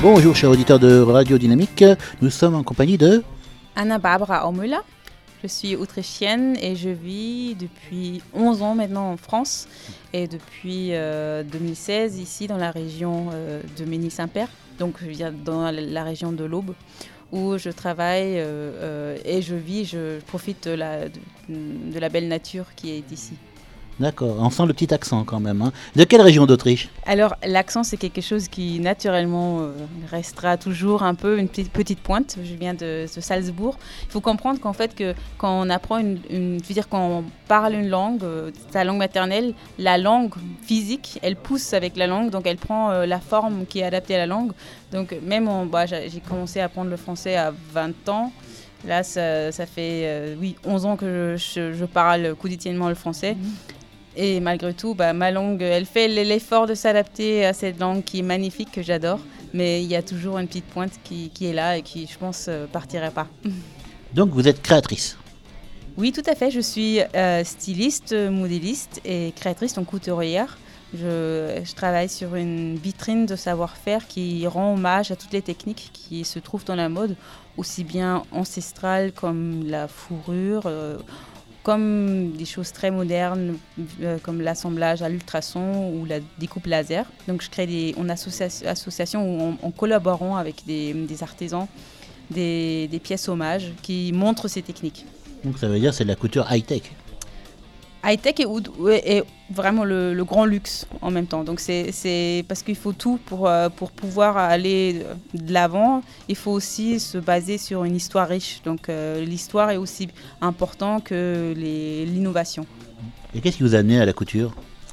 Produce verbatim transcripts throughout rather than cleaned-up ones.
Bonjour chers auditeurs de Radio Dynamique, nous sommes en compagnie de Anna Barbara Aumüller. Je suis autrichienne et je vis depuis onze ans maintenant en France et depuis euh, deux mille seize ici dans la région euh, de Mény-Saint-Père, donc je viens dans la région de l'Aube où je travaille euh, euh, et je vis, je profite de la, de, de la belle nature qui est ici. D'accord, on sent le petit accent quand même. Hein. De quelle région d'Autriche ? Alors l'accent c'est quelque chose qui naturellement euh, restera toujours un peu une petite, petite pointe. Je viens de, de Salzbourg. Il faut comprendre qu'en fait que quand on apprend une, une je veux dire quand on parle une langue, euh, sa langue maternelle, la langue physique, elle pousse avec la langue, donc elle prend euh, la forme qui est adaptée à la langue. Donc même en, bah, j'ai, j'ai commencé à apprendre le français à vingt ans. Là ça, ça fait euh, oui onze ans que je, je, je parle quotidiennement le français. Mmh. Et malgré tout, bah, ma langue, elle fait l'effort de s'adapter à cette langue qui est magnifique, que j'adore. Mais il y a toujours une petite pointe qui, qui est là et qui, je pense, ne partirait pas. Donc vous êtes créatrice ? Oui, tout à fait. Je suis euh, styliste, modéliste et créatrice, donc couturière. Je, je travaille sur une vitrine de savoir-faire qui rend hommage à toutes les techniques qui se trouvent dans la mode, aussi bien ancestrales comme la fourrure, euh, comme des choses très modernes, euh, comme l'assemblage à l'ultrason ou la découpe laser. Donc je crée des, en associa- association ou en, en collaborant avec des, des artisans, des, des pièces hommages qui montrent ces techniques. Donc ça veut dire que c'est de la couture high-tech. High-tech est, est vraiment le, le grand luxe en même temps. Donc c'est, c'est parce qu'il faut tout pour, pour pouvoir aller de l'avant. Il faut aussi se baser sur une histoire riche. Donc euh, l'histoire est aussi importante que les, l'innovation. Et qu'est-ce qui vous a amené à la couture ?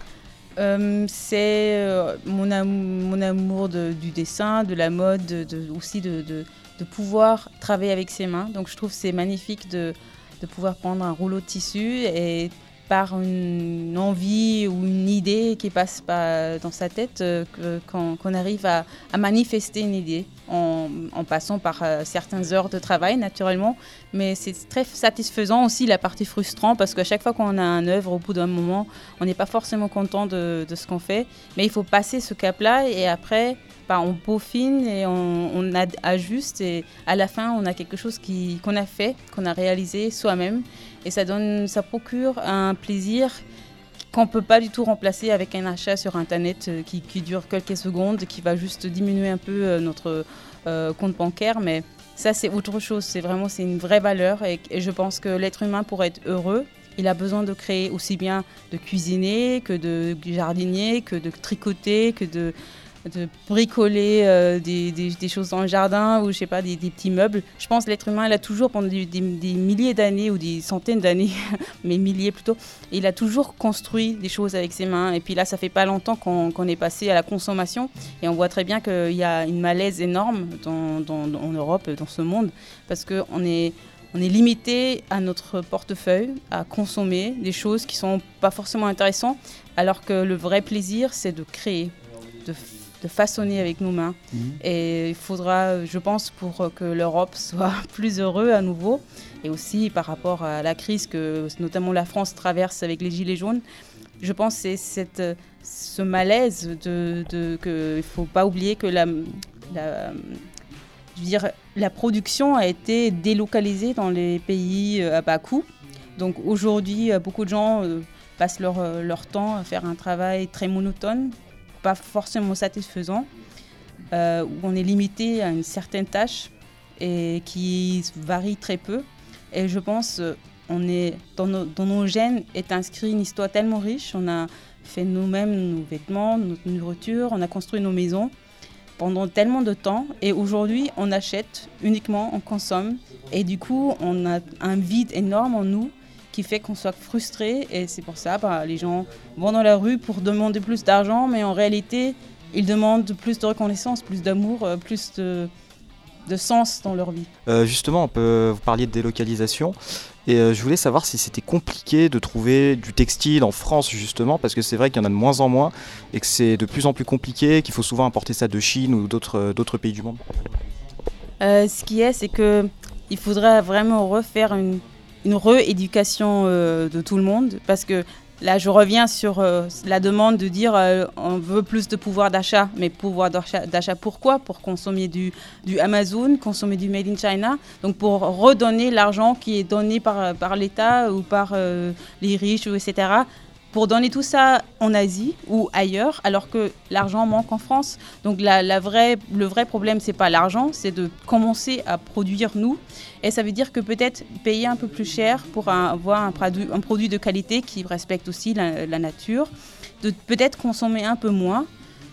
euh, C'est euh, mon, am- mon amour de, du dessin, de la mode, de, de, aussi de, de, de pouvoir travailler avec ses mains. Donc je trouve que c'est magnifique de, de pouvoir prendre un rouleau de tissu et par une envie ou une idée qui passe pas dans sa tête, euh, que, qu'on, qu'on arrive à, à manifester une idée en, en passant par euh, certaines heures de travail naturellement, mais c'est très satisfaisant aussi la partie frustrante parce qu'à chaque fois qu'on a une œuvre, au bout d'un moment, on n'est pas forcément content de, de ce qu'on fait, mais il faut passer ce cap-là et après bah, on peaufine et on, on ad- ajuste et à la fin on a quelque chose qui, qu'on a fait, qu'on a réalisé soi-même. Et ça, donne, ça procure un plaisir qu'on ne peut pas du tout remplacer avec un achat sur Internet qui, qui dure quelques secondes, qui va juste diminuer un peu notre euh, compte bancaire. Mais ça, c'est autre chose. C'est vraiment c'est une vraie valeur. Et, et je pense que l'être humain, pour être heureux, il a besoin de créer aussi bien de cuisiner que de jardinier, que de tricoter, que de... de bricoler euh, des, des, des choses dans le jardin ou je sais pas, des, des petits meubles. Je pense que l'être humain, il a toujours, pendant des, des, des milliers d'années ou des centaines d'années, mais milliers plutôt, il a toujours construit des choses avec ses mains. Et puis là, ça fait pas longtemps qu'on, qu'on est passé à la consommation et on voit très bien qu'il y a une malaise énorme dans, dans, dans, en Europe, dans ce monde, parce qu'on est... On est limité à notre portefeuille, à consommer des choses qui sont pas forcément intéressantes, alors que le vrai plaisir, c'est de créer, de de façonner avec nos mains. Mmh. Et il faudra, je pense, pour que l'Europe soit plus heureuse à nouveau, et aussi par rapport à la crise que notamment la France traverse avec les Gilets jaunes, je pense que c'est cette, ce malaise de, de, que, il ne faut pas oublier que la, la, je veux dire, la production a été délocalisée dans les pays à bas coût. Donc aujourd'hui, beaucoup de gens passent leur, leur temps à faire un travail très monotone, pas forcément satisfaisant, euh, où on est limité à une certaine tâche et qui varie très peu. Et je pense on est dans nos, dans nos gènes est inscrit une histoire tellement riche. On a fait nous-mêmes nos vêtements, notre nourriture, on a construit nos maisons pendant tellement de temps. Et aujourd'hui, on achète uniquement, on consomme. Et du coup, on a un vide énorme en nous qui fait qu'on soit frustré, et c'est pour ça bah, les gens vont dans la rue pour demander plus d'argent, mais en réalité, ils demandent plus de reconnaissance, plus d'amour, plus de, de sens dans leur vie. Euh, justement, on peut, vous parliez de délocalisation, et euh, je voulais savoir si c'était compliqué de trouver du textile en France, justement, parce que c'est vrai qu'il y en a de moins en moins, et que c'est de plus en plus compliqué, qu'il faut souvent importer ça de Chine ou d'autres, d'autres pays du monde. Euh, ce qui est, c'est qu'il faudrait vraiment refaire une une rééducation euh, de tout le monde, parce que là, je reviens sur euh, la demande de dire euh, on veut plus de pouvoir d'achat. Mais pouvoir d'achat, d'achat pourquoi ? Pour consommer du, du Amazon, consommer du Made in China. Donc, pour redonner l'argent qui est donné par, par l'État ou par euh, les riches, et cetera, pour donner tout ça en Asie ou ailleurs, alors que l'argent manque en France. Donc la, la vraie, le vrai problème, ce n'est pas l'argent, c'est de commencer à produire nous. Et ça veut dire que peut-être payer un peu plus cher pour un, avoir un produit, un produit de qualité qui respecte aussi la, la nature, de peut-être consommer un peu moins,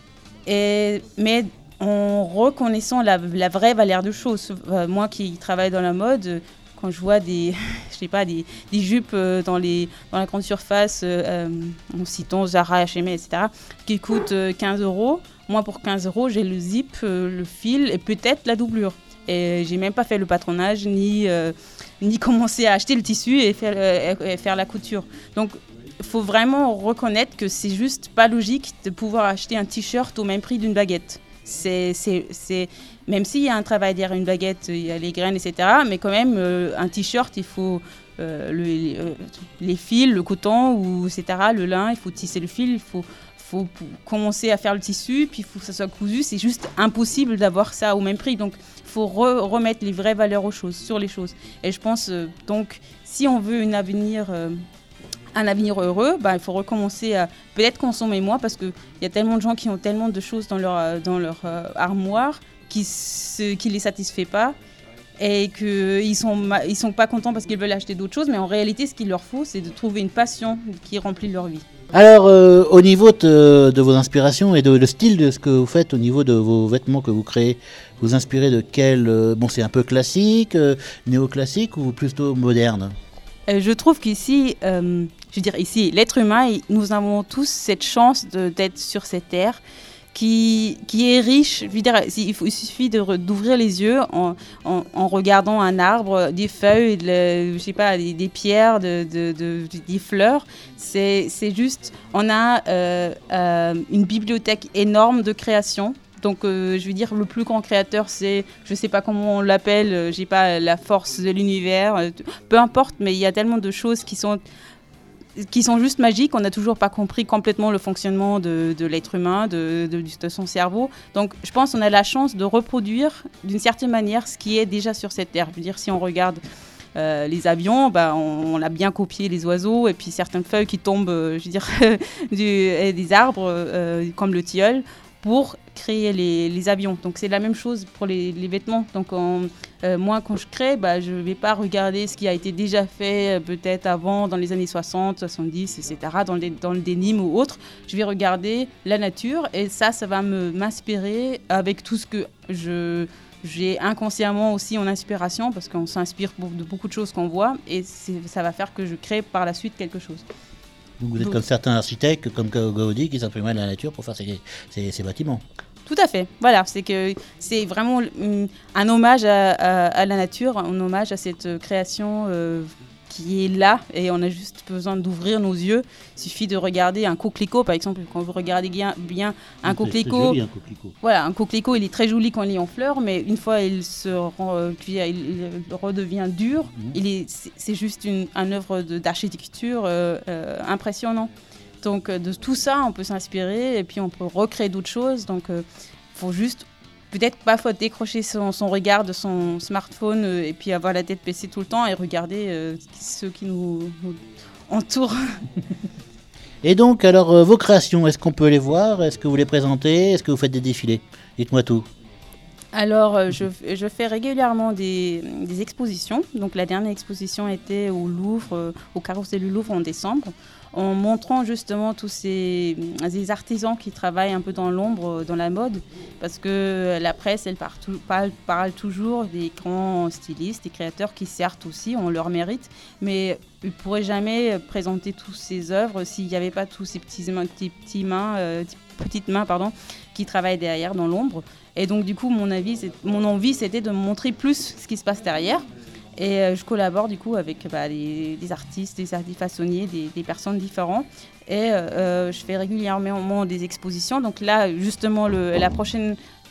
et, mais en reconnaissant la, la vraie valeur de choses. Euh, moi qui travaille dans la mode, quand je vois des, je sais pas, des, des jupes dans, les, dans la grande surface, euh, en citant Zara, H et M, et cetera, qui coûtent quinze euros, moi pour quinze euros, j'ai le zip, euh, le fil et peut-être la doublure. Et j'ai même pas fait le patronage, ni, euh, ni commencé à acheter le tissu et faire, euh, et faire la couture. Donc, il faut vraiment reconnaître que c'est juste pas logique de pouvoir acheter un t-shirt au même prix d'une baguette. C'est, c'est, c'est, même s'il y a un travail derrière une baguette, il y a les graines, et cetera. Mais quand même, euh, un t-shirt, il faut euh, le, les, euh, les fils, le coton, ou, et cetera. Le lin, il faut tisser le fil, il faut, faut commencer à faire le tissu, puis il faut que ça soit cousu. C'est juste impossible d'avoir ça au même prix. Donc, il faut re- remettre les vraies valeurs aux choses, sur les choses. Et je pense, euh, donc, si on veut un avenir... Euh, un avenir heureux, bah, il faut recommencer à peut-être consommer moins parce qu'il y a tellement de gens qui ont tellement de choses dans leur, dans leur euh, armoire qui ne qui les satisfait pas et qu'ils ne sont, ils sont pas contents parce qu'ils veulent acheter d'autres choses, mais en réalité, ce qu'il leur faut, c'est de trouver une passion qui remplit leur vie. Alors, euh, au niveau de, de vos inspirations et de le style de ce que vous faites, au niveau de vos vêtements que vous créez, vous inspirez de quel... Euh, bon, c'est un peu classique, euh, néoclassique ou plutôt moderne ? euh, Je trouve qu'ici... Euh, Je veux dire, ici, l'être humain, nous avons tous cette chance de, d'être sur cette terre qui, qui est riche. Je veux dire, il, faut, il suffit de, d'ouvrir les yeux en, en, en regardant un arbre, des feuilles, de, je sais pas, des, des pierres, de, de, de, des fleurs. C'est, c'est juste, on a euh, euh, une bibliothèque énorme de création. Donc, euh, je veux dire, le plus grand créateur, c'est, je ne sais pas comment on l'appelle, euh, je sais pas, la force de l'univers. Euh, peu importe, mais il y a tellement de choses qui sont... qui sont juste magiques. On n'a toujours pas compris complètement le fonctionnement de, de l'être humain, de, de, de son cerveau. Donc, je pense qu'on a la chance de reproduire d'une certaine manière ce qui est déjà sur cette terre. Je veux dire, si on regarde euh, les avions, bah, on, on a bien copié les oiseaux et puis certaines feuilles qui tombent, euh, je veux dire, du, et des arbres euh, comme le tilleul pour créer les, les avions. Donc, c'est la même chose pour les, les vêtements. Donc, on, euh, moi, quand je crée, bah, je ne vais pas regarder ce qui a été déjà fait euh, peut-être avant, dans les années soixante, soixante-dix, et cetera, dans, les, dans le denim ou autre. Je vais regarder la nature et ça, ça va me, m'inspirer avec tout ce que je... j'ai inconsciemment aussi en inspiration parce qu'on s'inspire de beaucoup de choses qu'on voit et c'est, ça va faire que je crée par la suite quelque chose. Donc vous êtes comme certains architectes, comme Gaudi, qui s'impriment à la nature pour faire ses, ses, ses bâtiments. Tout à fait. Voilà, c'est que c'est vraiment un hommage à, à, à la nature, un hommage à cette création euh, qui est là et on a juste besoin d'ouvrir nos yeux. Il suffit de regarder un coquelicot, par exemple, quand vous regardez bien, bien un, coquelicot, joli, un coquelicot. Voilà, un coquelicot, il est très joli quand il est en fleurs, mais une fois il se rend, euh, il, il redevient dur. Mmh. Il est, c'est, c'est juste une, une œuvre de, d'architecture euh, euh, impressionnant. Donc de tout ça, on peut s'inspirer et puis on peut recréer d'autres choses. Donc il euh, faut juste peut-être parfois décrocher son, son regard de son smartphone euh, et puis avoir la tête baissée tout le temps et regarder euh, ceux qui nous, nous entourent. Et donc, alors, euh, vos créations, est-ce qu'on peut les voir ? Est-ce que vous les présentez ? Est-ce que vous faites des défilés ? Dites-moi tout. Alors, euh, je, je fais régulièrement des, des expositions. Donc, la dernière exposition était au Louvre, euh, au Carrousel du Louvre en décembre, en montrant justement tous ces, ces artisans qui travaillent un peu dans l'ombre, dans la mode, parce que la presse, elle parle, parle, parle toujours des grands stylistes, des créateurs qui certes aussi ont leur mérite, mais ils ne pourraient jamais présenter toutes ces œuvres s'il n'y avait pas tous ces petits, petits, petits mains, euh, petites mains pardon, qui travaillent derrière dans l'ombre. Et donc du coup, mon, avis, c'est, mon envie, c'était de montrer plus ce qui se passe derrière. Et euh, je collabore du coup avec bah, des, des artistes, des artistes façonniers, des, des personnes différentes. Et euh, je fais régulièrement des expositions. Donc là, justement, le, la prochaine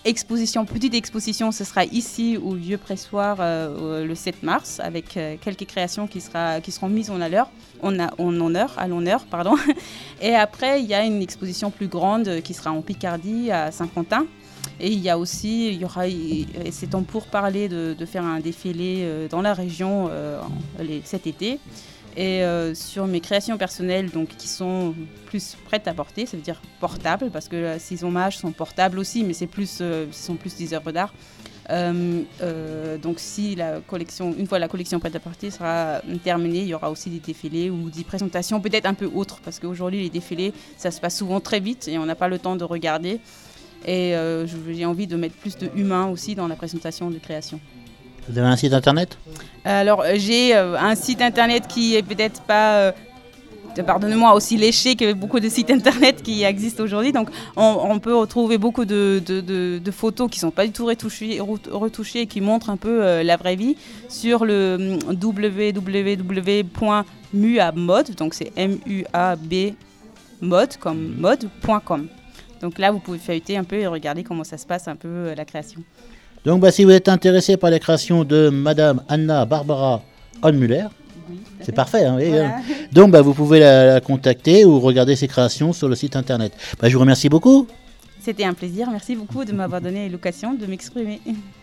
exposition, petite exposition, ce sera ici au Vieux Pressoir euh, le sept mars, avec euh, quelques créations qui, sera, qui seront mises en honneur, en, a, en honneur, à l'honneur, pardon. Et après, il y a une exposition plus grande qui sera en Picardie, à Saint-Quentin. Et il y a aussi, il y aura, c'est en pourparlers de, de faire un défilé euh, dans la région euh, les, cet été. Et euh, sur mes créations personnelles, donc, qui sont plus prêtes à porter, ça veut dire portables, parce que euh, ces hommages sont portables aussi, mais c'est plus, euh, ce sont plus des œuvres d'art. Euh, euh, donc si la collection, une fois la collection prête à porter sera terminée, il y aura aussi des défilés ou des présentations peut-être un peu autres, parce qu'aujourd'hui les défilés, ça se passe souvent très vite et on n'a pas le temps de regarder. Et euh, j'ai envie de mettre plus de humain aussi dans la présentation de création. Vous avez un site internet ? Alors j'ai euh, un site internet qui est peut-être pas, euh, pardonnez-moi, aussi léché que beaucoup de sites internet qui existent aujourd'hui. Donc on, on peut retrouver beaucoup de, de, de, de photos qui ne sont pas du tout retouchées, retouchées et qui montrent un peu euh, la vraie vie sur le w w w point muabmode, donc c'est M U A B mode comme mode point com. Donc là vous pouvez feuilleter un peu et regarder comment ça se passe un peu euh, la création. Donc bah, si vous êtes intéressé par les créations de Madame Anna Barbara Hohnmüller, oui, c'est parfait. Hein, oui, voilà. Donc bah, vous pouvez la, la contacter ou regarder ses créations sur le site internet. Bah, je vous remercie beaucoup. C'était un plaisir. Merci beaucoup de m'avoir donné l'occasion de m'exprimer.